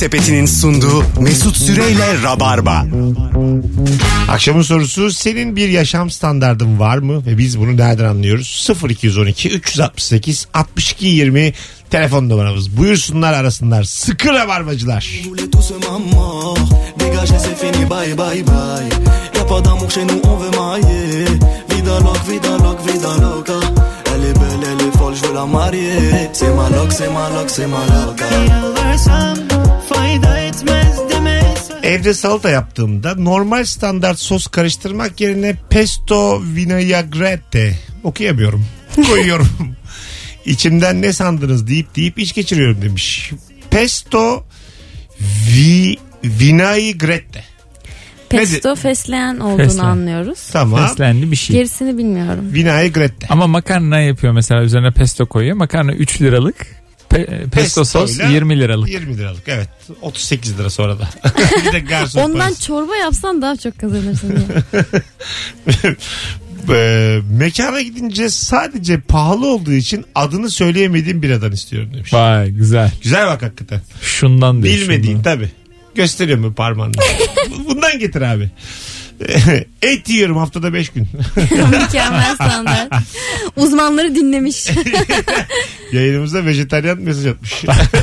Sepeti'nin sunduğu Mesut Süreyle Rabarba. Akşamın sorusu, senin bir yaşam standardın var mı ve biz bunu nereden anlıyoruz? 0212 368 62 20 telefon numaramız. Buyursunlar, arasınlar. Sıkı Rabarbacılar. Evde salata yaptığımda normal standart sos karıştırmak yerine pesto vinaigrette okuyamıyorum. Koyuyorum. İçimden ne sandınız deyip iç geçiriyorum demiş. Pesto vinaigrette. Pesto fesleğen olduğunu anlıyoruz. Tamam. Fesleğenli bir şey. Gerisini bilmiyorum. Vinaigrette. Ama makarna yapıyor mesela, üzerine pesto koyuyor. Makarna 3 liralık. Pesto sos 20 liralık. 20 liralık, evet. 38 lira sonra da. Bir de garson Ondan parası. çorba yapsan daha çok kazanırsın. Mekana gidince sadece pahalı olduğu için adını söyleyemediğim biradan istiyorum demiş. Vay, güzel. Güzel bak hakikaten. Şundan değil. Bilmediğin tabii. Gösteriyor mu parmağını? Bundan getir abi. Et yiyorum haftada 5 gün. Mükemmel standart. Uzmanları dinlemiş. Yayınımızda vejetaryen mesaj atmış.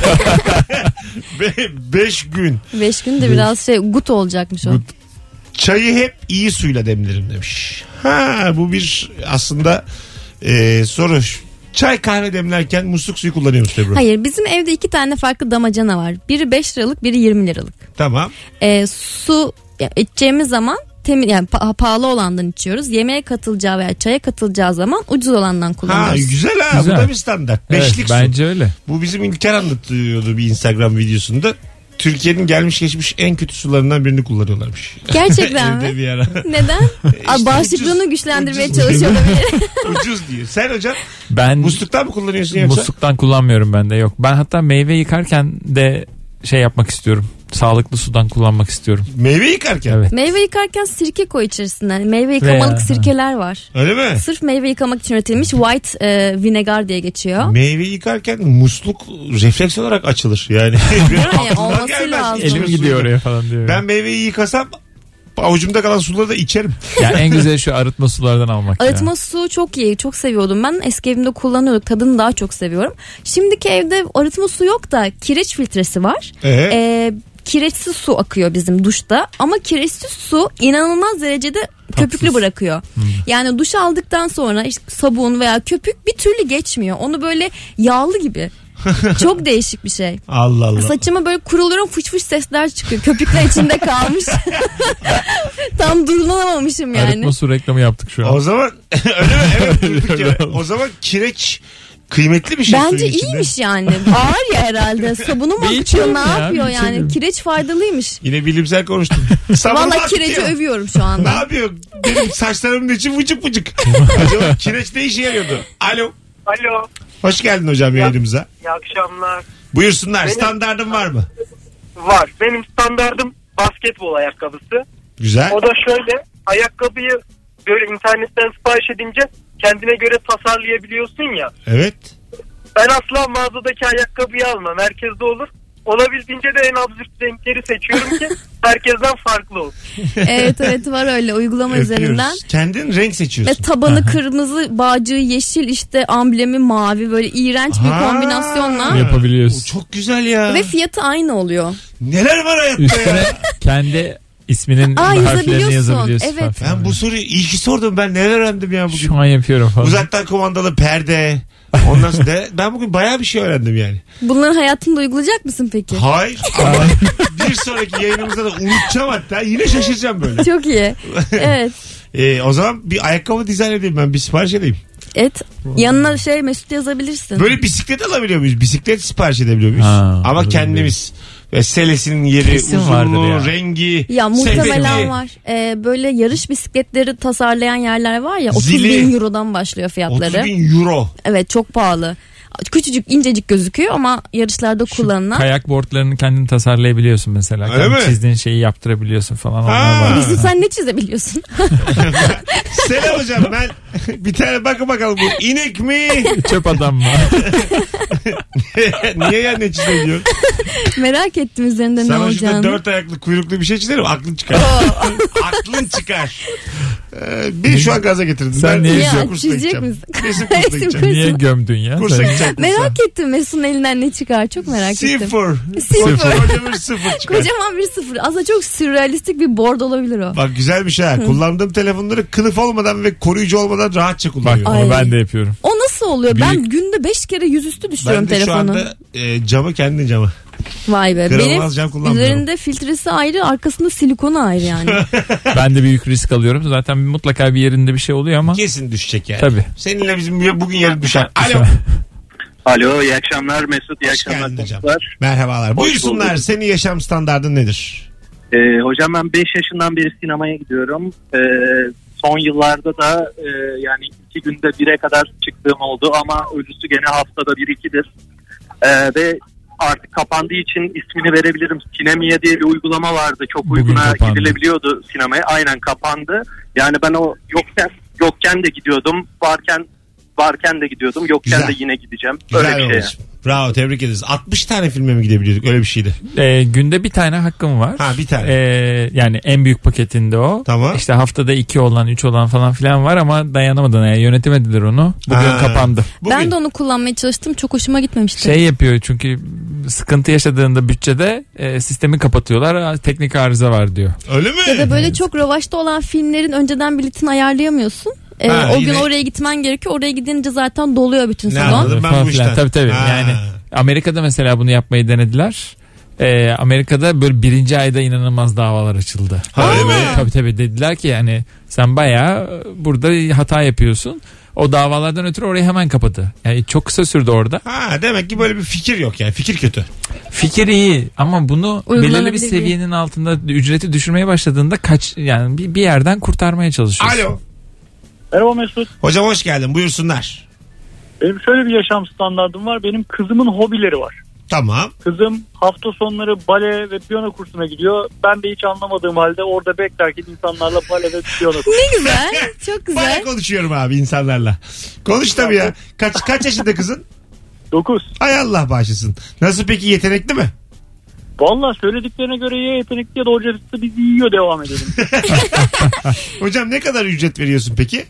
5 gün. 5 gün de biraz gut olacakmış o. Çayı hep iyi suyla demlerim demiş. Bu bir aslında soru. Çay kahve demlerken musluk suyu kullanıyor musun Ebru? Hayır, bizim evde 2 tane farklı damacana var. Biri 5 liralık, biri 20 liralık. Tamam. Su içeceğimiz zaman yani pahalı olandan içiyoruz. Yemeğe katılacağı veya çaya katılacağı zaman ucuz olandan kullanıyoruz. Güzel. Bu da bir standart. Beşlik su. Bence öyle. Bu bizim İlker anlatıyordu bir Instagram videosunda. Türkiye'nin gelmiş geçmiş en kötü sularından birini kullanıyorlarmış. Gerçekten mi? Bir ara. Neden? Bağışıklığını güçlendirmeye ucuz. çalışıyor olabilir. Ucuz diyor. Sen hocam Ben musluktan mı kullanıyorsun yoksa? Musluktan kullanmıyorum ben de, yok. Ben hatta meyve yıkarken de yapmak istiyorum. Sağlıklı sudan kullanmak istiyorum. Meyve yıkarken? Evet. Meyve yıkarken sirke koy içerisine. Meyve yıkamalık sirkeler var. Öyle mi? Sırf meyve yıkamak için üretilmiş white vinegar diye geçiyor. Meyve yıkarken musluk refleks olarak açılır. Yani olması lazım. Elim gidiyor oraya falan diyor. Ben meyveyi yıkasam avucumda kalan suları da içerim. Yani en güzel şu arıtma sulardan almak. Arıtma su çok iyi. Çok seviyordum ben. Eski evimde kullanıyorduk. Tadını daha çok seviyorum. Şimdiki evde arıtma su yok da kireç filtresi var. Kireçsiz su akıyor bizim duşta. Ama kireçsiz su inanılmaz derecede köpüklü bırakıyor. Yani duş aldıktan sonra işte sabun veya köpük bir türlü geçmiyor. Onu böyle yağlı gibi. Çok değişik bir şey. Allah Allah. Saçıma böyle kuruluyorum, fıç fıç sesler çıkıyor. Köpükler içinde kalmış. Tam durulamamışım yani. Arıtma su reklamı yaptık şu an. O zaman öyle mi? Evet, durduk ya. O zaman kireç kıymetli bir şey. Bence iyiymiş yani. Ağır ya herhalde. Sabunu mu akıtıyor, ne yapıyor yani? Kireç faydalıymış. Yine bilimsel konuştum. Valla kireci övüyorum şu anda. Ne yapıyor? Benim saçlarımın içi vıcık vıcık. Acaba kireç ne işe yarıyordu? Alo. Alo. Hoş geldin hocam yayınımıza. İyi akşamlar. Buyursunlar. Standardın var mı? Var. Benim standardım basketbol ayakkabısı. Güzel. O da şöyle, ayakkabıyı böyle internetten sipariş edince kendine göre tasarlayabiliyorsun ya. Evet. Ben asla mağazadaki ayakkabıyı almam. Merkezde olur. Olabildiğince de en absürt renkleri seçiyorum ki herkesten farklı olsun. Evet var öyle uygulama üzerinden. Kendin renk seçiyorsun. Ve tabanı kırmızı, bağcığı yeşil, işte amblemi mavi, böyle iğrenç bir kombinasyonla yapabiliyorsun. Çok güzel ya. Ve fiyatı aynı oluyor. Neler var hayatta Üstüne ya? kendi isminin harflerini yazabiliyorsun. Evet. Ben bu soruyu iyi ki sordum. Ben neler öğrendim ya bugün. Şu an yapıyorum falan. Uzaktan kumandalı perde. Ondan sonra ben bugün bayağı bir şey öğrendim yani. Bunları hayatında uygulayacak mısın peki? Hayır. Ama bir sonraki yayınımızda da unutacağım hatta. Yine şaşıracağım böyle. Çok iyi. Evet. O zaman bir ayakkabı dizayn edeyim ben. Bir sipariş edeyim. Yanına Mesut yazabilirsin. Böyle bisiklet alabiliyor muyuz? Bisiklet sipariş edebiliyor muyuz? Ama kendimiz. Ve selesinin yeri, kesin uzunluğu, rengi. Ya muhtemelen sepeti. var. Böyle yarış bisikletleri tasarlayan yerler var ya, 30 bin eurodan başlıyor fiyatları. 30 bin euro. Evet, çok pahalı. Küçücük, incecik gözüküyor ama yarışlarda kullanılan. Kayak boardlarını kendin tasarlayabiliyorsun mesela. Öyle mi? Çizdiğin şeyi yaptırabiliyorsun falan. Onlar var. Mesut, sen ne çizebiliyorsun? Selam hocam, ben bir tane bakın bakalım, bu inek mi? Çöp adam mı? Niye ya ne çizebiliyorsun? Merak ettim üzerinde ne Sana olacağını. şurada 4 ayaklı kuyruklu bir şey çizerim. Aklın çıkar. Aklın çıkar. Beni şu an gaza getirdin. Sen niye Ya kursuna çizecek gideceğim. misin? Resim kursuna Resim gideceğim. Niye gömdün ya? Kursa gideceğim kursa. Merak ettim Mesut'un elinden ne çıkar, çok merak ettim. Sıfır. Sıfır. Kocaman sıfır çıkar. Kocaman bir sıfır. Aslında çok sürrealistik bir board olabilir o. Bak güzel bir şey ha. Kullandığım telefonları kılıf olmadan ve koruyucu olmadan rahatça Bak kullanıyorum. onu Ay. ben de yapıyorum. O nasıl oluyor? Ben Büyük- günde 5 kere yüzüstü düşürüyorum Ben de şu telefonu. anda camı kendi camı. Vay be. Kırılmaz cam Benim kullanmıyorum. üzerinde filtresi ayrı, arkasında silikonu ayrı yani. Ben de büyük risk alıyorum. Zaten mutlaka bir yerinde bir şey oluyor ama. Kesin düşecek yani. Tabii. Seninle bizim bugün yarın düşer. Alo. Alo, iyi akşamlar Mesut, iyi Hoş akşamlar geldin hocam. çocuklar. Merhabalar. Hoş Buyursunlar. bulduk. Senin yaşam standardın nedir? Hocam ben 5 yaşından beri sinemaya gidiyorum. Son yıllarda da yani 2 günde 1'e kadar çıktığım oldu ama ölüsü gene haftada 1-2'dir. Ve artık kapandığı için ismini verebilirim. Sinemiye diye bir uygulama vardı. Çok Bugün uyguna kapandı. gidilebiliyordu sinemaya. Aynen kapandı. Yani ben o yokken de gidiyordum. Varken de gidiyordum. Yokken Güzel. de yine gideceğim. Güzel Öyle bir şey. olmuş. Bravo, tebrik ederiz. 60 tane filme mi gidebiliyorduk? Öyle bir şeydi. Günde bir tane hakkım var. Ha, bir tane. Yani en büyük paketinde o. Tamam. İşte haftada 2 olan 3 olan falan filan var ama dayanamadın. Yani yönetemediler onu. Bugün Ha. kapandı. Bugün. Ben de onu kullanmaya çalıştım. Çok hoşuma gitmemişti. Şey yapıyor çünkü sıkıntı yaşadığında bütçede sistemi kapatıyorlar. Teknik arıza var diyor. Öyle mi? Ya da böyle çok revaçta olan filmlerin önceden biletini ayarlayamıyorsun. Ha, O gün yine- oraya gitmen gerekiyor. Oraya gidince zaten doluyor bütün Ne salon. anladım ben Falan bu filan. işten. Tabii. Ha. Yani Amerika'da mesela bunu yapmayı denediler. Amerika'da böyle 1. ayda inanılmaz davalar açıldı. Ha, öyle mi? Tabii dediler ki yani sen bayağı burada hata yapıyorsun. O davalardan ötürü orayı hemen kapadı. Yani çok kısa sürdü orada. Ha, demek ki böyle bir fikir yok yani. Fikir kötü. Fikir iyi ama bunu Uygulanabilir belirli bir seviyenin altında ücreti düşürmeye başladığında yani bir yerden kurtarmaya çalışıyorsun. Alo. Merhaba Mesut. Hocam hoş geldin. Buyursunlar. Benim şöyle bir yaşam standardım var. Benim kızımın hobileri var. Tamam. Kızım hafta sonları bale ve piyano kursuna gidiyor. Ben de hiç anlamadığım halde orada beklerken insanlarla bale ve piyano kursu. Ne güzel. Çok Baya güzel. konuşuyorum abi insanlarla. Konuş tabii ya. Kaç yaşında kızın? 9. Ay Allah bağışlasın. Nasıl peki, yetenekli mi? Valla söylediklerine göre ya yetenekli ya da hocası bizi yiyor, devam edelim. Hocam ne kadar ücret veriyorsun peki?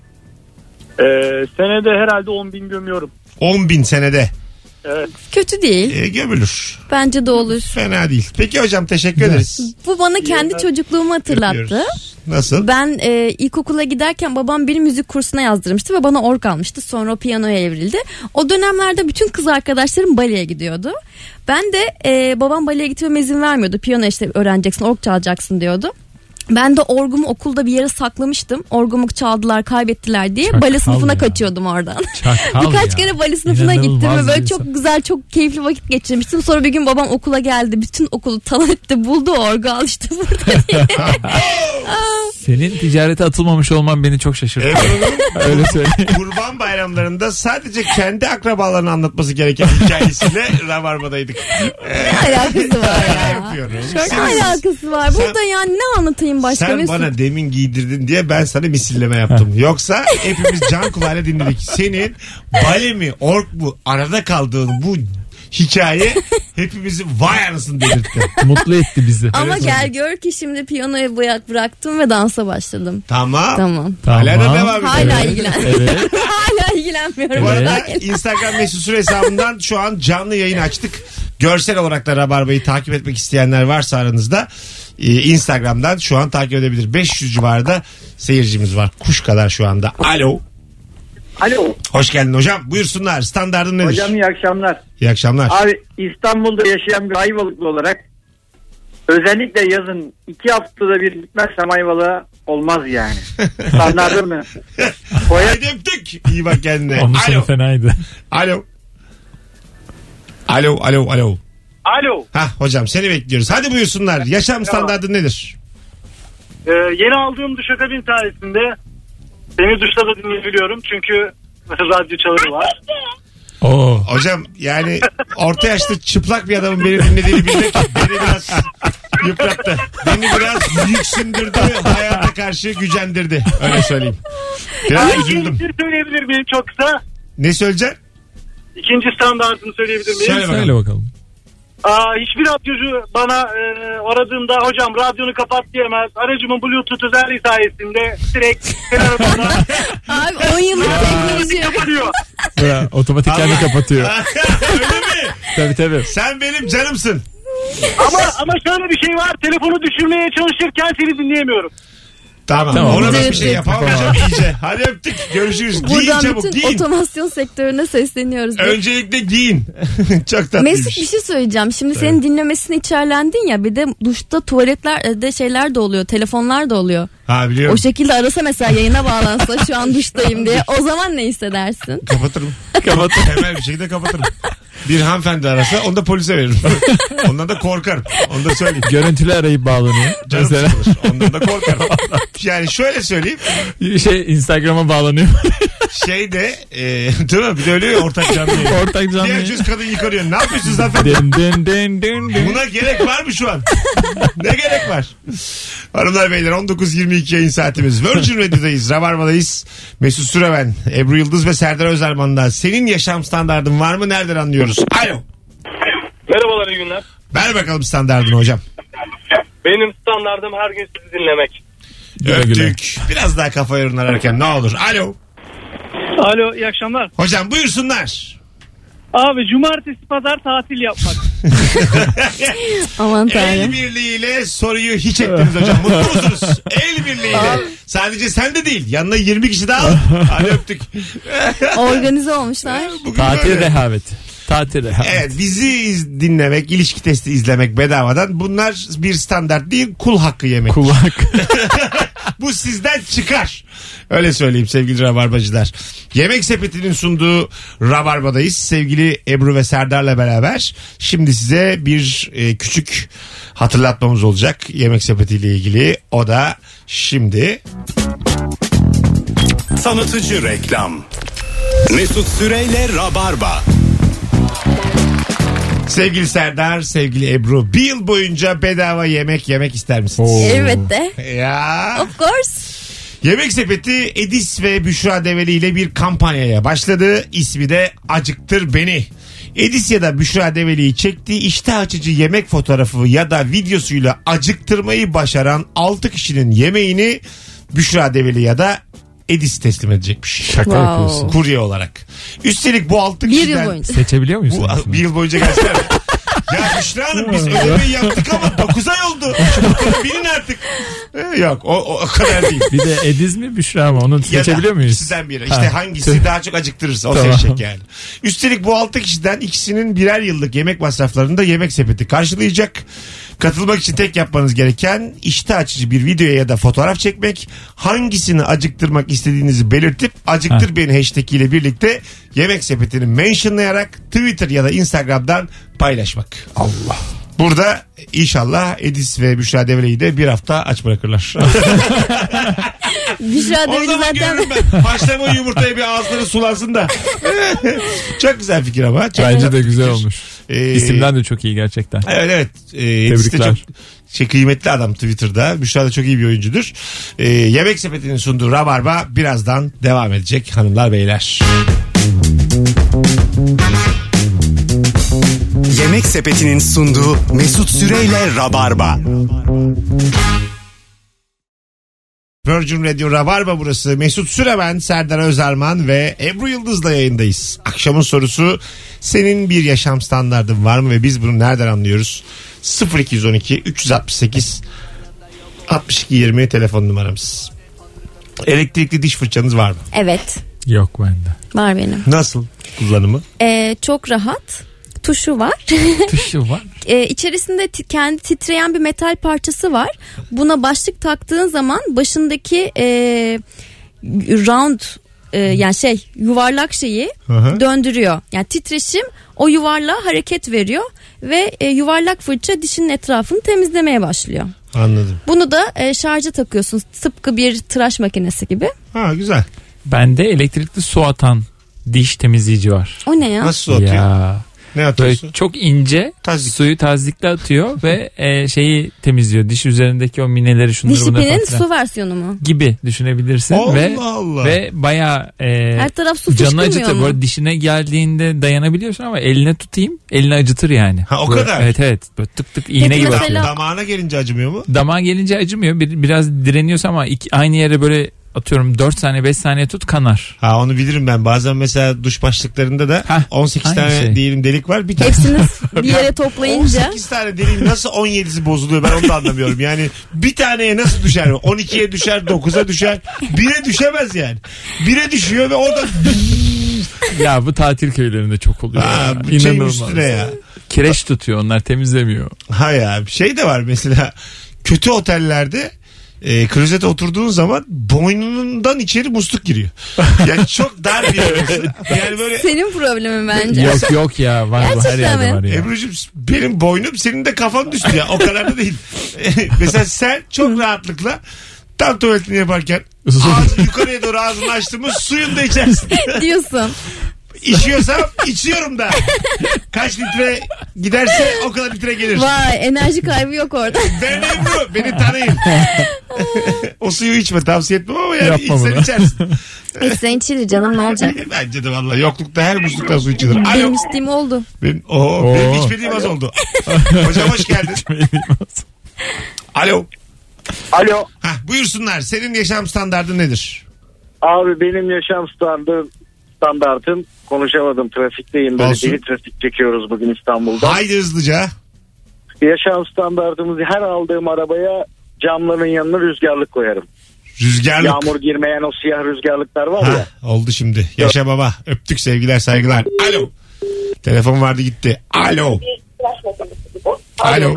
Senede herhalde 10.000 gömüyorum. 10.000 senede. Evet. Kötü değil. Gömülür. Bence de olur. Fena değil. Peki hocam, teşekkür ederiz. Bu bana kendi çocukluğumu hatırlattı. Öpüyoruz. Nasıl? Ben ilkokula giderken babam beni müzik kursuna yazdırmıştı ve bana org almıştı. Sonra o piyanoya evrildi. O dönemlerde bütün kız arkadaşlarım baleye gidiyordu. Ben de babam baleye gitmeme izin vermiyordu. Piyano işte öğreneceksin, org çalacaksın diyordu. Ben de orgumu okulda bir yere saklamıştım. Orgumu çaldılar, kaybettiler diye Çakal bale sınıfına ya. kaçıyordum oradan. Çakal Birkaç ya. kere bale sınıfına İnanılmaz gittim ve böyle bir çok insan. güzel, çok keyifli vakit geçirmiştim. Sonra bir gün babam okula geldi. Bütün okulu talan etti. Buldu orgu, al işte burada diye. Senin ticarete atılmamış olman beni çok şaşırttı. Öyle söyleyeyim. Kurban bayramlarında sadece kendi akrabalarını anlatması gereken hikayesiyle Rabarba'daydık. Ne alakası var ya? Yapıyorum. Ne alakası var? Burada yani ne anlatayım başka? Sen Mesut? bana demin giydirdin diye ben sana misilleme yaptım. Yoksa hepimiz can kulağıyla dinledik. Senin bale mi, ork mu, arada kaldığın bu hikaye hepimizi vay anasını dedirtti. Mutlu etti bizi. Ama Öyle gel söyleyeyim. gör ki şimdi piyanoyu bıraktım ve dansa başladım. Tamam. Tamam. Hala da devam ediyor. Hala Evet. ilgilen. Evet. Hala ilgilenmiyorum. Bu arada Merak etme. Instagram Mesut Süre hesabından şu an canlı yayın açtık. Görsel olarak da Rabarba'yı takip etmek isteyenler varsa aranızda Instagram'dan şu an takip edebilir. 500 civarında seyircimiz var. Kuş kadar şu anda. Alo. Alo. Hoş geldin hocam. Buyursunlar. Standardın nedir? Hocam iyi akşamlar. İyi akşamlar. Abi İstanbul'da yaşayan bir Ayvalıklı olarak özellikle yazın 2 haftada bir gitmezsem Ayvalık'a olmaz yani. Standardım mı? Haydi öptük. İyi bak kendine. Onun sonu Alo. fenaydı. Alo. Alo. Alo. Hah hocam, seni bekliyoruz. Hadi buyursunlar. Yaşam standardın nedir? Yeni aldığım duşakabin sayesinde seni duşta da dinleyebiliyorum. Çünkü radyo çaları var. Oo. Hocam yani orta yaşta çıplak bir adamın beni dinlediğini bilmek beni biraz yıprattı. Beni biraz yüksündürdü. Hayata karşı gücendirdi. Öyle söyleyeyim. Biraz üzüldüm. Bir söyleyebilir miyim çok kısa? Ne söyleyeceksin? İkinci standartını söyleyebilir miyim? Söyle bakalım. Hiçbir radyocu bana aradığımda hocam radyonu kapat diyemez. Aracımın Bluetooth özelliği sayesinde direkt telefonla Abi 10 yıllık teknoloji. kapatıyor. Otomatik kendi kapatıyor. Öyle mi? Tabii. Sen benim canımsın. Ama şöyle bir şey var. Telefonu düşürmeye çalışırken seni dinleyemiyorum. Tamam. Ona da bir şey yapamayacağım iyice. Hadi öptük. Görüşürüz. Giyin Buradan çabuk bütün giyin. otomasyon sektörüne sesleniyoruz. Öncelikle giyin. Çok tatlıymış. Mesut bir şey söyleyeceğim. Şimdi senin dinlemesine içerlendin ya, bir de duşta tuvaletlerde şeyler de oluyor. Telefonlar da oluyor. Ha biliyorum. O şekilde arasa mesela, yayına bağlansa şu an duştayım diye, o zaman ne hissedersin? Kapatırım. Temel bir şekilde kapatırım. Bir hanımefendi arasa onu da polise veririm. Ondan da korkarım. Onu da söyleyeyim. Görüntülü arayıp bağlanıyor. Canım sıkılır. Ondan da korkarım. Yani şöyle söyleyeyim. Instagram'a bağlanıyor. Değil mi? Bir de öyle ya, ortak canlı yayın. Ortak canlı Diğer yayın. cüz kadın yıkarıyor. Ne yapıyorsunuz hanımefendi? Buna gerek var mı şu an? Ne gerek var? Hanımlar beyler, 19.22 yayın saatimiz. Virgin Radio'dayız. Rabarba'dayız. Mesut Süreven, Ebru Yıldız ve Serdar Özerman'da. Senin yaşam standardın var mı? Nereden anlıyoruz? Alo. Merhabalar, iyi günler. Ver bakalım standardını hocam. Benim standardım her gün sizi dinlemek. Öptük. Biraz daha kafa yorun ararken ne olur. Alo. Alo, iyi akşamlar. Hocam buyursunlar. Abi cumartesi pazar tatil yapmak. Aman El tanrım. birliğiyle soruyu hiç ettiniz hocam. Mutlu musunuz? El birliğiyle. Sadece sen de değil. Yanına 20 kişi daha al. Hadi öptük. Organize olmuşlar. Bugün Tatil böyle. rehaveti. Evet, bizi dinlemek, ilişki testi izlemek bedavadan. Bunlar bir standart değil, kul hakkı yemek. Kulak. Bu sizden çıkar. Öyle söyleyeyim sevgili Rabarbacılar. Yemek Sepeti'nin sunduğu Rabarba'dayız. Sevgili Ebru ve Serdar'la beraber. Şimdi size bir küçük hatırlatmamız olacak Yemek Sepeti ile ilgili. O da şimdi. Tanıtıcı reklam. Mesut Süreyle Rabarba. Sevgili Serdar, sevgili Ebru, bir yıl boyunca bedava yemek ister misiniz? Evet de. Ya. Of course. Yemek Sepeti Edis ve Büşra Develi ile bir kampanyaya başladı. İsmi de Acıktır Beni. Edis ya da Büşra Develi'yi çektiği iştah açıcı yemek fotoğrafı ya da videosuyla acıktırmayı başaran 6 kişinin yemeğini Büşra Develi ya da Edis teslim edecekmiş. Şaka yapıyorsun. Kurye olarak. Üstelik bu 6 Bir yıl kişiden... boyunca. Seçebiliyor muyuz? Bir yıl boyunca gelsinler. Ya Büşra Hanım, biz ödemeyi yaptık ama 9 ay oldu. Şu fotoğrafı bilin artık. Yok o kadar değil. Bir de Ediz mi Büşra mı? Onu seçebiliyor muyuz? İkisinden biri. İşte hangisi daha çok acıktırırsa o Tamam. seçecek yani. Üstelik bu 6 kişiden ikisinin birer yıllık yemek masraflarını da Yemek Sepeti karşılayacak. Katılmak için tek yapmanız gereken iştah açıcı bir video ya da fotoğraf çekmek. Hangisini acıktırmak istediğinizi belirtip acıktır beni hashtag ile birlikte Yemek Sepeti'ni mentionlayarak Twitter ya da Instagram'dan paylaşmak. Allah. Burada inşallah Edis ve Büşra Develi'yi de bir hafta aç bırakırlar. Büşra O Develi zaman zaten. görürüm ben. Haşlama yumurtaya bir ağızları sulansın da. Çok güzel fikir ama. Çok Bence de güzel olmuş. Ee, İsimden de çok iyi gerçekten. Evet. Edis de Tebrikler. çok kıymetli adam Twitter'da. Büşra da çok iyi bir oyuncudur. Yemek Sepeti'nin sunduğu Rabarba birazdan devam edecek hanımlar beyler. Yemek Sepeti'nin sunduğu Mesut Süreyle Rabarba. Virgin Radio Rabarba burası. Mesut Süremen, Serdar Özerman ve Ebru Yıldız'la yayındayız. Akşamın sorusu, senin bir yaşam standardın var mı ve biz bunu nereden anlıyoruz? 0212 368 62 20 telefon numaramız. Elektrikli diş fırçanız var mı? Evet. Yok bende. Var benim. Nasıl kullanımı? Çok rahat. Tuşu var. Tuşu var. İçerisinde kendi titreyen bir metal parçası var. Buna başlık taktığın zaman başındaki round yani yuvarlak şeyi Hı-hı. döndürüyor. Yani titreşim o yuvarlağa hareket veriyor ve yuvarlak fırça dişinin etrafını temizlemeye başlıyor. Anladım. Bunu da şarja takıyorsun. Tıpkı bir tıraş makinesi gibi. Ha güzel. Bende elektrikli su atan diş temizleyici var. O ne ya? Nasıl su atıyor? Ya. Ne Böyle atıyorsun? çok ince Tazik. suyu tazikle atıyor ve şeyi temizliyor. Diş üzerindeki o mineleri şunları bunları Dişipinin falan su versiyonu mu? gibi düşünebilirsin. Allah Allah. Ve bayağı Her taraf su canı fışkırmıyor acıtır. mu? Bu arada dişine geldiğinde dayanabiliyorsun ama eline tutayım, elini acıtır yani. Ha, o Böyle, kadar. Evet. Böyle tık tık iğne gibi mesela- atıyor. Damağına gelince acımıyor mu? Damağa gelince acımıyor. Biraz direniyorsa ama aynı yere böyle atıyorum 4 saniye 5 saniye tut kanar. Ha, onu bilirim ben. Bazen mesela duş başlıklarında da Hah, 18 aynı tane şey. diyelim delik var. Bir tane Hepsini bir yere toplayınca 18 tane deliğin nasıl 17'si bozuluyor ben onu da anlamıyorum. Yani bir taneye nasıl düşer? 12'ye düşer, 9'a düşer. 1'e düşemez yani. 1'e düşüyor ve orada Ya bu tatil köylerinde çok oluyor. ha, ya. bir şeyin İnanılmaz. üstüne ya. Kireç tutuyor, onlar temizlemiyor. Ha ya, şey de var mesela kötü otellerde klozete oturduğun zaman boynundan içeri musluk giriyor. Yani çok dar bir yer. Yani böyle senin problemin bence. Yok ya, var bu, her Gerçekten yerde mi? var ya. Ebru'cum benim boynum senin de kafan düştü ya. O kadar da değil. Mesela sen çok rahatlıkla tam tuvaletini yaparken ağzını yukarıya doğru ağzını açtığımız suyunu da içersin. Diyorsun. İçiyorsam içiyorum da. Kaç litre giderse o kadar litre gelir. Vay, enerji kaybı yok orada. Ben Ebru. Beni tanıyın. O suyu içme, tavsiye etmem ama yani Yapma içsen bunu. içersin. Sen içilir canım, ne olacak? Bence de vallahi yoklukta her musluktan su içilir. Alo. Benim içtiğim oldu. Benim içmediğim az oldu. Hocam hoş geldin. Alo. Alo. Hah, buyursunlar. Senin yaşam standardın nedir? Abi benim yaşam standartım konuşamadım, trafikteyim. Böyle Olsun. deli trafik çekiyoruz bugün İstanbul'da. Haydi hızlıca. Yaşam standartımız, her aldığım arabaya camların yanına rüzgarlık koyarım. Rüzgarlık. Yağmur girmeyen o siyah rüzgarlıklar var ya. Ha, oldu şimdi. Yaşa baba. Öptük, sevgiler saygılar. Alo. Telefon vardı gitti. Alo. Alo.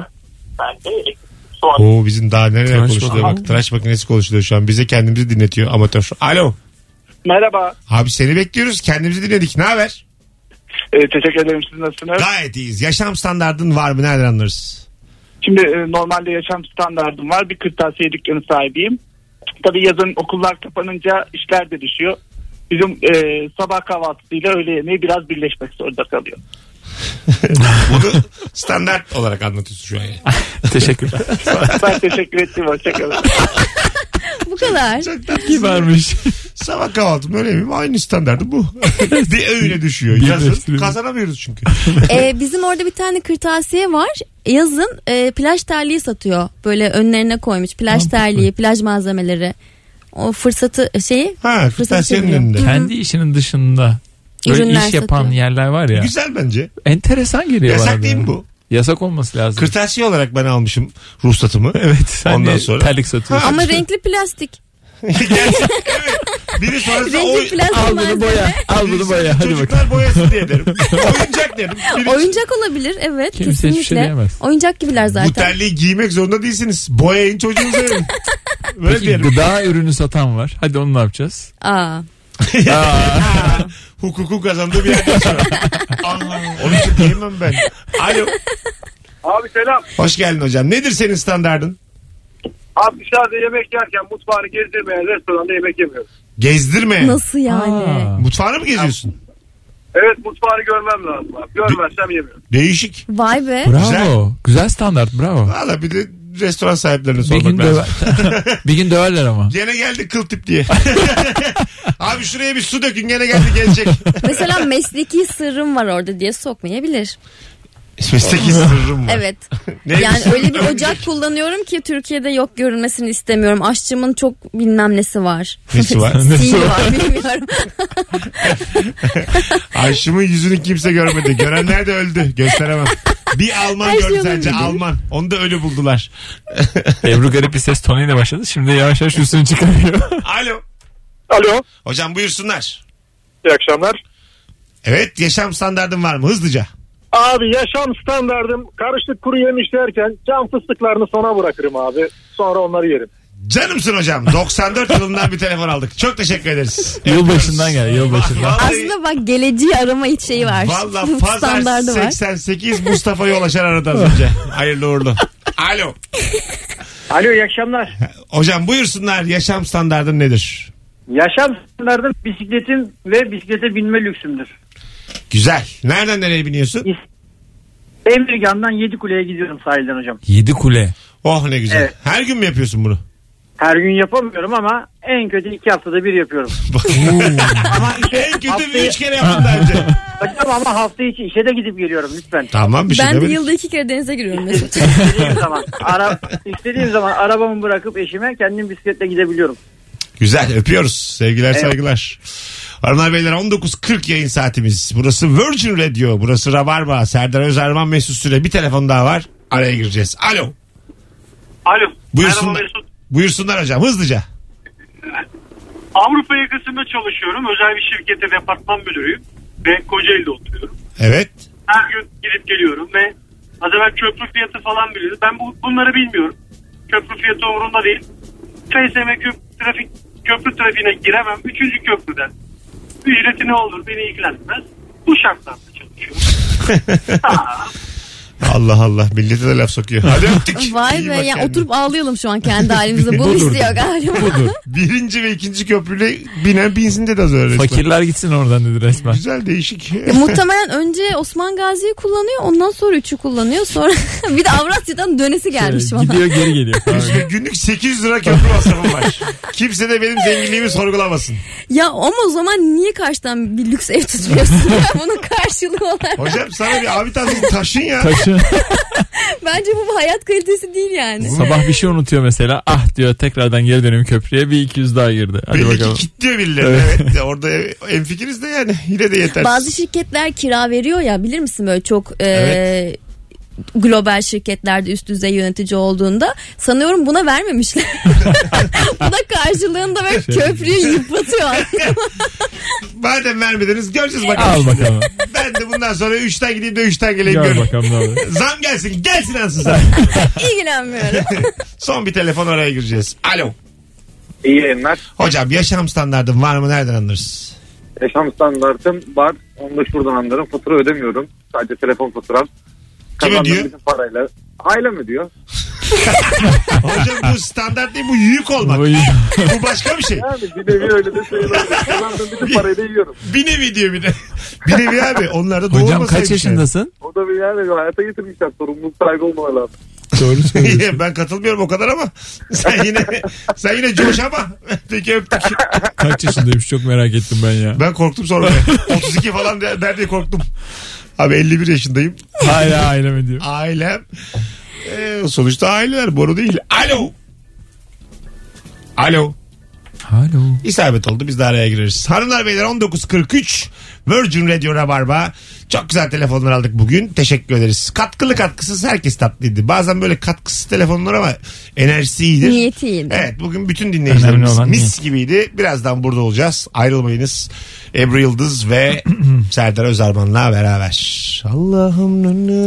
Oo, bizim daha neler Tıraş konuşuluyor makinesi. bak. Tıraş makinesi konuşuluyor şu an. Bize kendimizi dinletiyor amatör. Alo. Merhaba. Abi seni bekliyoruz. Kendimizi dinledik. Ne haber? Teşekkür ederim, siz nasılsınız? Gayet iyiyiz. Yaşam standardın var mı? Nereden anlarız? Şimdi normalde yaşam standardım var. Bir kırtasiye dükkanı sahibiyim. Tabii yazın okullar kapanınca işler de düşüyor. Bizim sabah kahvaltısıyla öğle yemeği biraz birleşmek zorunda kalıyor. Bunu standart olarak anlatıyorsun şu an. Yani. Teşekkürler. Ben teşekkür ettim. Hoşçakalın. Bu kadar. Çok tatlı. Kibarmış. Sabah kahvaltım öyle miyim? Aynı standardı bu. Bir öğüne düşüyor. Yazın Birleştirelim. kazanamıyoruz çünkü. Bizim orada bir tane kırtasiye var. Yazın plaj terliği satıyor. Böyle önlerine koymuş. Plaj terliği, plaj malzemeleri. O fırsatı şeyi. Ha, kırtasiyenin çeviriyor. önünde. Kendi işinin dışında böyle Ürünler iş yapan satıyor. yerler var ya. Güzel bence. Enteresan geliyor bana. Yasak değil mi bu? Yasak olması lazım. Kırtasiye olarak ben almışım ruhsatımı. Evet. Sen Ondan de sonra- terlik satıyorsun. Ama renkli plastik. Gerçekten, evet. Biri sonrasında Renkli plastik Al bunu malzeme. boya. Al bunu boya. Hadi bakalım. çocuklar boyasın diye derim. Oyuncak derim. Biri- Oyuncak olabilir, evet, Kimse hiçbir kesinlikle. şey diyemez. Oyuncak gibiler Bu zaten. terliği giymek zorunda değilsiniz. Boyayın çocuğunuzu verin. Böyle Peki diyelim. gıda ürünü satan var. Hadi onu ne yapacağız? Aa. Hukuku kazandığı bir yerde şu an. Allah. Onun için diyemem ben. Alo. Abi selam. Hoş geldin hocam. Nedir senin standardın? Abi dışarıda yemek yerken mutfağını gezdirmeyen restoranda yemek yemiyorum. Gezdirme. Nasıl yani? Aa. Mutfağını mı geziyorsun? Evet, mutfağını görmem lazım abi. Görmezsem yemiyorum. Değişik. Vay be. Bravo. Güzel standart, bravo. Valla bir de restoran sahiplerine Bir sormak gün, lazım. bir gün döverler ama. Gene geldi kıl tip diye. Abi şuraya bir su dökün, gene geldi gelecek. Mesela mesleki sırrım var orada diye sokmayabilir. Mesleki sırrım var. Evet. Neymiş? Yani öyle bir ocak kullanıyorum ki Türkiye'de yok, görülmesini istemiyorum. Aşçımın çok bilmem nesi var. Nesi var? Nesi var bilmiyorum. Ayşım'ın yüzünü kimse görmedi. Görenler de öldü. Gösteremem. Bir Alman Her şey gördü sadece. olabilir. Alman. Onu da ölü buldular. Ebru garip bir ses tonuyla başladı. Şimdi yavaş yavaş üstünü çıkarıyor. Alo. Alo. Hocam buyursunlar. İyi akşamlar. Evet, yaşam standardın var mı? Hızlıca. Abi yaşam standardım karışık kuru yemiş yerken cam fıstıklarını sona bırakırım abi. Sonra onları yerim. Canımsın hocam. 94 yılından bir telefon aldık. Çok teşekkür ederiz. Yılbaşından gel, yılbaşından. Vallahi- Aslında bak, geleceği arama hiç şeyi var. Valla pazar Standardı var. 88 Mustafa Yolaşar aradı az önce. Hayırlı uğurlu. Alo. Alo, iyi akşamlar. Hocam buyursunlar, yaşam standardın nedir? Yaşam standardım bisikletim ve bisiklete binme lüksümdür. Güzel. Nereden nereye biniyorsun? Emirgan'dan Yedikule'ye gidiyorum sahilden hocam. 7 kule. Oh ne güzel. Evet. Her gün mü yapıyorsun bunu? Her gün yapamıyorum ama en kötü 2 haftada bir yapıyorum. Ama En kötü 3 kere yaptın bence. hocam ama hafta içi işe de gidip geliyorum lütfen. Tamam bir şey Ben de demedim. yılda 2 kere denize giriyorum Mesut. İstediğim zaman arabamı bırakıp eşime kendim bisikletle gidebiliyorum. Güzel öpüyoruz. Sevgiler saygılar. Hanımlar beyler 19.40 yayın saatimiz. Burası Virgin Radio. Burası Rabarba. Serdar Özerman Mesut Süre. Bir telefon daha var. Araya gireceğiz. Alo. Alo. Buyursunlar. Merhaba Mesut. Buyursunlar hocam hızlıca. Avrupa yakasında çalışıyorum. Özel bir şirkette departman müdürüyüm. Ve Kocaeli'de oturuyorum. Evet. Her gün gidip geliyorum ve az evvel köprü fiyatı falan biliyoruz. Ben bunları bilmiyorum. Köprü fiyatı umurumda değil. TSM köprü trafiğine giremem. 3. köprüden. Ücreti ne olur beni ilgilenmez. Bu şartlarda çalışıyorum. Allah Allah millete de laf sokuyor. Hadi öptük. Vay İyi be bak ya kendine. oturup ağlayalım şu an kendi halimizde. Bunu istiyor galiba. Birinci ve ikinci köprüyle binen binsin dedi az önce. Fakirler gitsin oradan dedi resmen. Güzel değişik. Muhtemelen önce Osman Gazi'yi kullanıyor, ondan sonra 3'ü kullanıyor, sonra bir de Avrasya'dan dönesi gelmiş bana. Gidiyor geri geliyor. Günlük 800 lira köprü masrafım var. Kimse de benim zenginliğimi sorgulamasın. Ya ama o zaman niye karşıdan bir lüks ev tutmuyorsun? Bunun karşılığı olarak. Hocam sana bir abi taşın ya. Taşı. Bence bu hayat kalitesi değil yani. Sabah bir şey unutuyor mesela. Ah diyor tekrardan geri dönüyorum köprüye. Bir 200 daha girdi. Hadi Belli bakalım. ki kilitliyor birileri. Evet. Orada hemfikiriz de yani. Yine de yeter. Bazı şirketler kira veriyor ya, bilir misin, böyle çok Evet. global şirketlerde üst düzey yönetici olduğunda sanıyorum buna vermemişler. Bu da karşılığında böyle köprüyü yıpratıyor. Madem vermediniz göreceğiz bakalım. Al bakalım. Ben de bundan sonra 3'ten gideyim de 3'ten geleyim. Gör görün. bakalım ne olur. Zam gelsin. Gelsin ansızın. İlgilenmiyorum. Son bir telefon araya gireceğiz. Alo. İyi yayınlar. Hocam yaşam standardın var mı? Nereden anlarız? Yaşam standartım var. Onu da şuradan anlarım. Fatura ödemiyorum. Sadece telefon faturam. Kim Kazandığım ödüyor? bütün parayla. Ailem ödüyor. Hocam bu standart değil, bu yük olmak. Bu başka bir şey. Yani bir nevi öyle de sayılır. Kazandığım bütün parayı da yiyorum. Bir nevi diyor bir de. Bir nevi abi. Onlar da Hocam doğurmasaymış kaç yaşındasın? O da bir yani hayata getirmişler. Sorumluluk sahibi olmaları lazım. Doğru söylüyorsun. Ben katılmıyorum o kadar ama sen yine coş ama. Peki öptük. Kaç yaşındaymış çok merak ettim ben ya. Ben korktum sonra. 32 falan der diye korktum. Abi 51 yaşındayım. Hala ailem diyor. Ailem. Sonuçta aileler boru değil. Alo. Alo. Alo. İsabet oldu, biz de araya gireriz. Hanımlar beyler 19.43 Virgin Radio Rabarba. Çok güzel telefonlar aldık bugün. Teşekkür ederiz. Katkılı katkısız herkes tatlıydı. Bazen böyle katkısız telefonlar ama enerjisi iyidir. Niyeti iyiydi. Evet, bugün bütün dinleyicilerimiz Önemli olan mis gibiydi. Birazdan burada olacağız. Ayrılmayınız. Ebru Yıldız ve Serdar Özerman'la beraber. Allah'ım.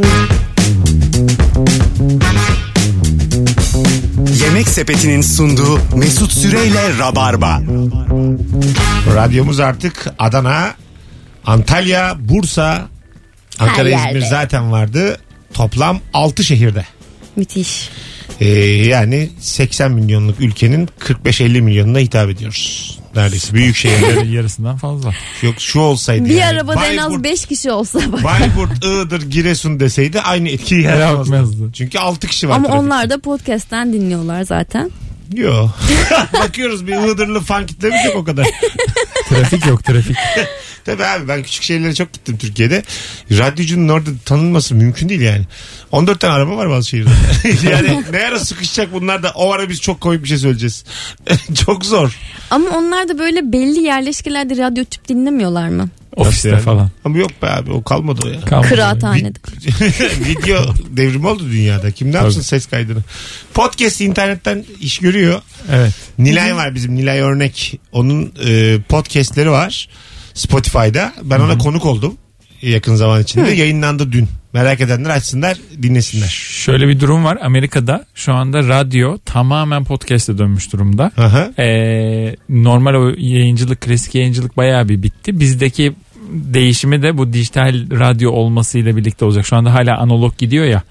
Yemek Sepeti'nin sunduğu Mesut Süreyle Rabarba. Radyomuz artık Adana, Antalya, Bursa, Ankara, Her İzmir yerde. zaten vardı. Toplam 6 şehirde. Müthiş. Yani 80 milyonluk ülkenin 45-50 milyonuna hitap ediyoruz. Neredeyse büyük şehirlerin. Yarısından fazla. Yok şu olsaydı Bir yani. arabada en az Bayburt, 5 kişi olsa bak. Bayburt, Iğdır, Giresun deseydi aynı etkiyi yaratmazdı. Yaratmazdı. Çünkü 6 kişi var. Ama trafikte. onlar da podcast'ten dinliyorlar zaten. Yok. Bakıyoruz bir Iğdırlı fan kitlemiz yok o kadar. Trafik yok trafik. Tabii abi ben küçük şehirlere çok gittim Türkiye'de. Radyocunun orada tanınması mümkün değil yani. 14 tane araba var bazı şehirde. Yani ne ara sıkışacak bunlar da o ara biz çok komik bir şey söyleyeceğiz. Çok zor. Ama onlar da böyle belli yerleşkelerde radyo tüp dinlemiyorlar mı? Ofiste Yani. falan. Ama yok be abi o kalmadı o ya. Kalmadı. Kıraathanede. Video devrimi oldu dünyada. Kim ne yapsın ses kaydını. Podcast internetten iş görüyor. Evet. Nilay var bizim, Nilay Örnek. Onun podcastleri var Spotify'da. Ben ona konuk oldum yakın zaman içinde. Yayınlandı dün. Merak edenler açsınlar dinlesinler. Şöyle bir durum var. Amerika'da şu anda radyo tamamen podcast'e dönmüş durumda. Aha. Normal o yayıncılık, klasik yayıncılık bayağı bir bitti. Bizdeki değişimi de bu dijital radyo olmasıyla birlikte olacak. Şu anda hala analog gidiyor ya.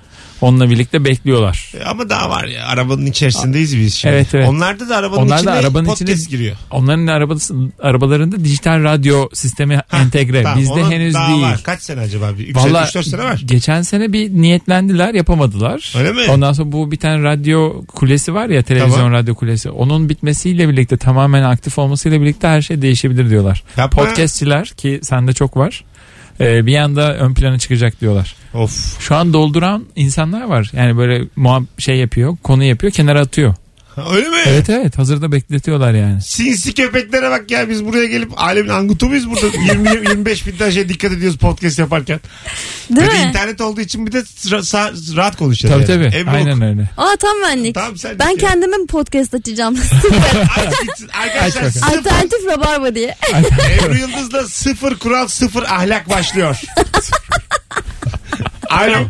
Onunla birlikte bekliyorlar. Ama daha var ya, arabanın içerisindeyiz biz şimdi. Evet. Onlarda da arabanın podcast giriyor. Onların arabalarında dijital radyo sistemi entegre. Tamam, bizde henüz daha değil. Var. Kaç sene acaba? 3-4 sene var. Geçen sene bir niyetlendiler, yapamadılar. Öyle mi? Ondan sonra bu bir tane radyo kulesi var ya, televizyon radyo kulesi. Onun bitmesiyle birlikte, tamamen aktif olmasıyla birlikte her şey değişebilir diyorlar. Yapma. Podcastçiler, ki sende çok var, bir anda ön plana çıkacak diyorlar. Of. Şu an dolduran insanlar var. Yani böyle yapıyor, konu yapıyor, kenara atıyor. Öyle mi? Evet, hazırda bekletiyorlar yani. Sinsi köpeklere bak ya, biz buraya gelip alemin angutu muyuz burada? 20-25 bin tane şey dikkat ediyoruz podcast yaparken. Değil mi? İnternet olduğu için bir de rahat konuşacağız. Tabii. Yani. Aynen öyle. Tam benlik. Tamam, ben kendime bir podcast açacağım. Arkadaşlar Alternatif Rabarba diye. Ebru Yıldız'la 0 kural 0 ahlak başlıyor. Alo.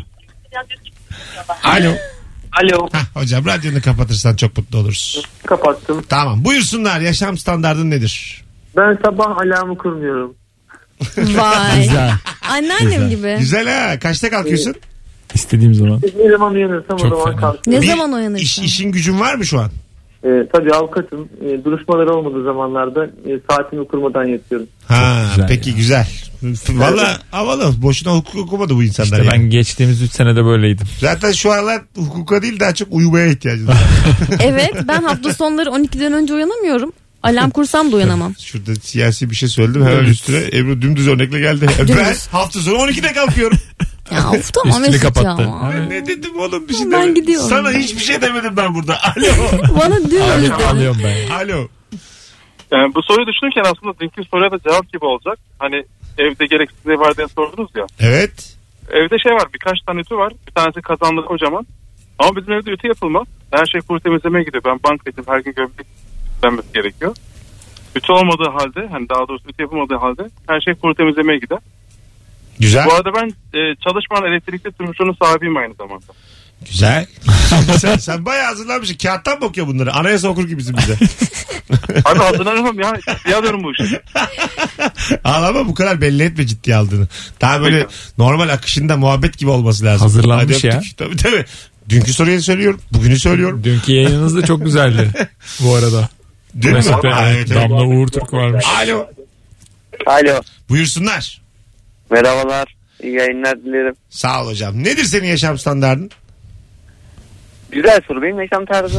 Alo. Hocam radyonu kapatırsan çok mutlu oluruz. Kapattım. Tamam, buyursunlar, yaşam standardın nedir? Ben sabah alarmı kurmuyorum. Vay. Güzel. Anneannem gibi. Güzel ha. Kaçta kalkıyorsun? İstediğim zaman. Ne zaman uyanırsam Çok o zaman fena. kalkıyorum. Ne zaman uyanırsın? İşin gücün var mı şu an? Tabii avukatım. Duruşmaları olmadığı zamanlarda saatimi kurmadan yatıyorum. Güzel Peki ya. güzel. Valla havalı. Boşuna hukuk okumadı bu insanlar. İşte yani. ben geçtiğimiz 3 senede böyleydim. Zaten şu aralar hukuka değil, daha çok uyumaya ihtiyacımız var. Evet, ben hafta sonları 12'den önce uyanamıyorum. Alarm kursam da uyanamam. Şurada siyasi bir şey söyledim, hemen üstüne Ebru dümdüz örnekle geldi. Ben hafta sonu 12'de kalkıyorum. Ya of, tamam Üstünü Mesut kapattı. ya. Ben ne dedim oğlum, bir şey Ben demedim. gidiyorum. Sana hiçbir şey demedim ben burada. Alo. Bana dümdüz dedi. Alıyorum ben. Alo. Bu soruyu düşünürken aslında dünkü soruya da cevap gibi olacak. Hani evde gereksiz ne var diye sordunuz ya. Evet. Evde şey var, birkaç tane ütü var. Bir tanesi kazanlı kocaman. Ama bizim evde ütü yapılmaz. Her şey kuru temizlemeye gidiyor. Ben bankaydım, her gün gömlek temizlenmesi gerekiyor. Ütü olmadığı halde, hani daha doğrusu ütü yapılmadığı halde her şey kuru temizlemeye gider. Güzel. Bu arada ben çalışmayan elektrikli tırmışının sahibiyim aynı zamanda. Güzel. sen bayağı hazırlanmışsın. Kağıttan mı okuyor bunları? Anayasa okur gibisin bize. Abi hazırlanamam ya. Ciddiye alıyorum bu işi. Ağlama, bu kadar belli etme ciddiye aldığını. Daha böyle normal akışında muhabbet gibi olması lazım. Hazırlanmış Hadi ya. öptük. Tabii. Dünkü soruyu söylüyorum. Bugünü söylüyorum. Dünkü yayınınız da çok güzeldi bu arada. Değil mi? Mesut Bey, Evet. Damla Uğur Türk varmış. Alo. Alo. Buyursunlar. Merhabalar. İyi yayınlar dilerim. Sağ ol hocam. Nedir senin yaşam standardın? Güzel soru. Benim yaşam tarzım.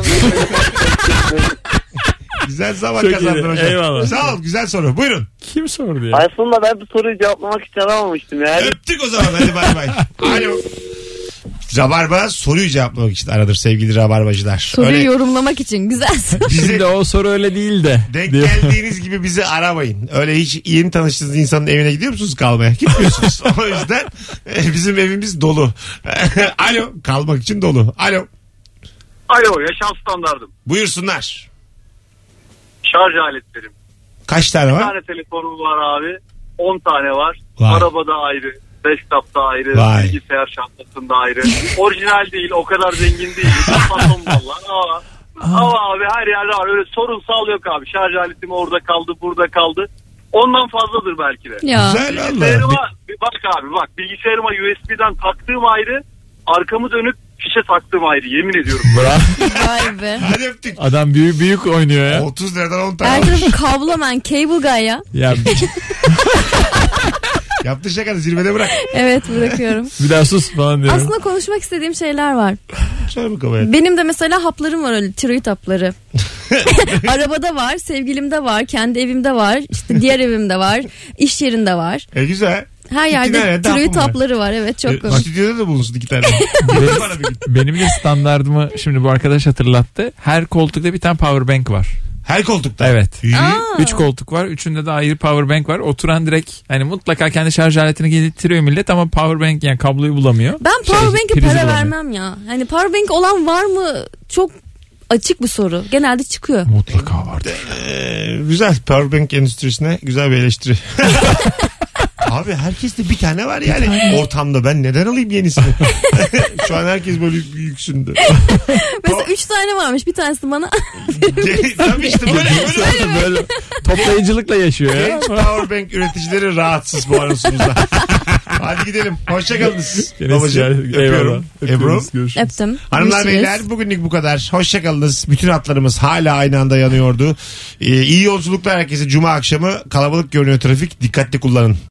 Güzel zaman Çok kazandın iyi. hocam. Eyvallah. Sağ ol. Güzel soru. Buyurun. Kim sordu ya? Aslında ben bu soruyu cevaplamak için aramamıştım yani. Öptük o zaman. Hadi bay bay. Alo. Rabarba soruyu cevaplamak için aradır sevgili rabarbacılar. Soruyu Öyle yorumlamak için güzel soru. Şimdi o soru öyle değil de. denk diyor. geldiğiniz gibi bizi aramayın. Öyle hiç yeni tanıştığınız insanın evine gidiyor musunuz kalmaya? Gitmiyorsunuz. O yüzden bizim evimiz dolu. Alo. Kalmak için dolu. Alo. Alo, yaşam standardım. Buyursunlar. Şarj aletlerim. Kaç tane Bir var? tane telefonum var abi. 10 tane var. Vay. Arabada ayrı. Desktop'ta ayrı. Vay. Bilgisayar çantasında ayrı. Orijinal değil. O kadar zengin değil. Fantom mallar ama abi her yerde var. Öyle sorunsal yok abi. Şarj aletim orada kaldı, burada kaldı. Ondan fazladır belki de. Ya. Güzel valla. Bilgisayarıma bak abi bak. Bilgisayarıma USB'den taktığım ayrı. Arkamı dönüp fişe taktığım ayrı. Yemin ediyorum. Vay be. Hadi öptük. Adam büyük oynuyor ya. 30 liradan 10 tane Her almış. tarafı kabloman, cable guy ya. Ya Yaptığın şakanı zirvede bırak. Evet, bırakıyorum. bir daha sus falan diyorum. Aslında konuşmak istediğim şeyler var. Söyle bakalım hayatım. Benim de mesela haplarım var, öyle tiroid hapları. Arabada var, sevgilimde var, kendi evimde var, işte diğer evimde var, iş yerinde var. Güzel. Her İki yerde tane de tiroid hapım var. hapları var. Evet, çok komik. Stüdyoda da bulunsun 2 tane. Bana bir gün. Benim de standardımı şimdi bu arkadaş hatırlattı. Her koltukta bir tane power bank var. Her koltukta. Evet. İyi. 3 koltuk var. Üçünde de ayrı power bank var. Oturan direkt hani mutlaka kendi şarj aletini getiriyor millet ama power bank yani kabloyu bulamıyor. Ben power bank'e prizi para bulamıyor. vermem ya. Hani power bank olan var mı? Çok açık bir soru. Genelde çıkıyor. Mutlaka vardır. Güzel. Powerbank endüstrisine güzel bir eleştiri. Abi herkeste bir tane var yani ortamda, ben neden alayım yenisini? Şu an herkes böyle yüksündü. Mesela 3 tane varmış, bir tanesi bana. Tabii işte böyle. Böyle toplayıcılıkla yaşıyor ya. Genç powerbank üreticileri rahatsız bu anonsumuzda. Hadi gidelim. Hoşçakalınız. Gene Babacığım öpüyorum. Ebru. Öptüm. Hanımlar Görüşürüz. beyler bugünlük bu kadar. Hoşçakalınız. Bütün hatlarımız hala aynı anda yanıyordu. İyi yolculuklar herkese. Cuma akşamı kalabalık görünüyor trafik. Dikkatli kullanın.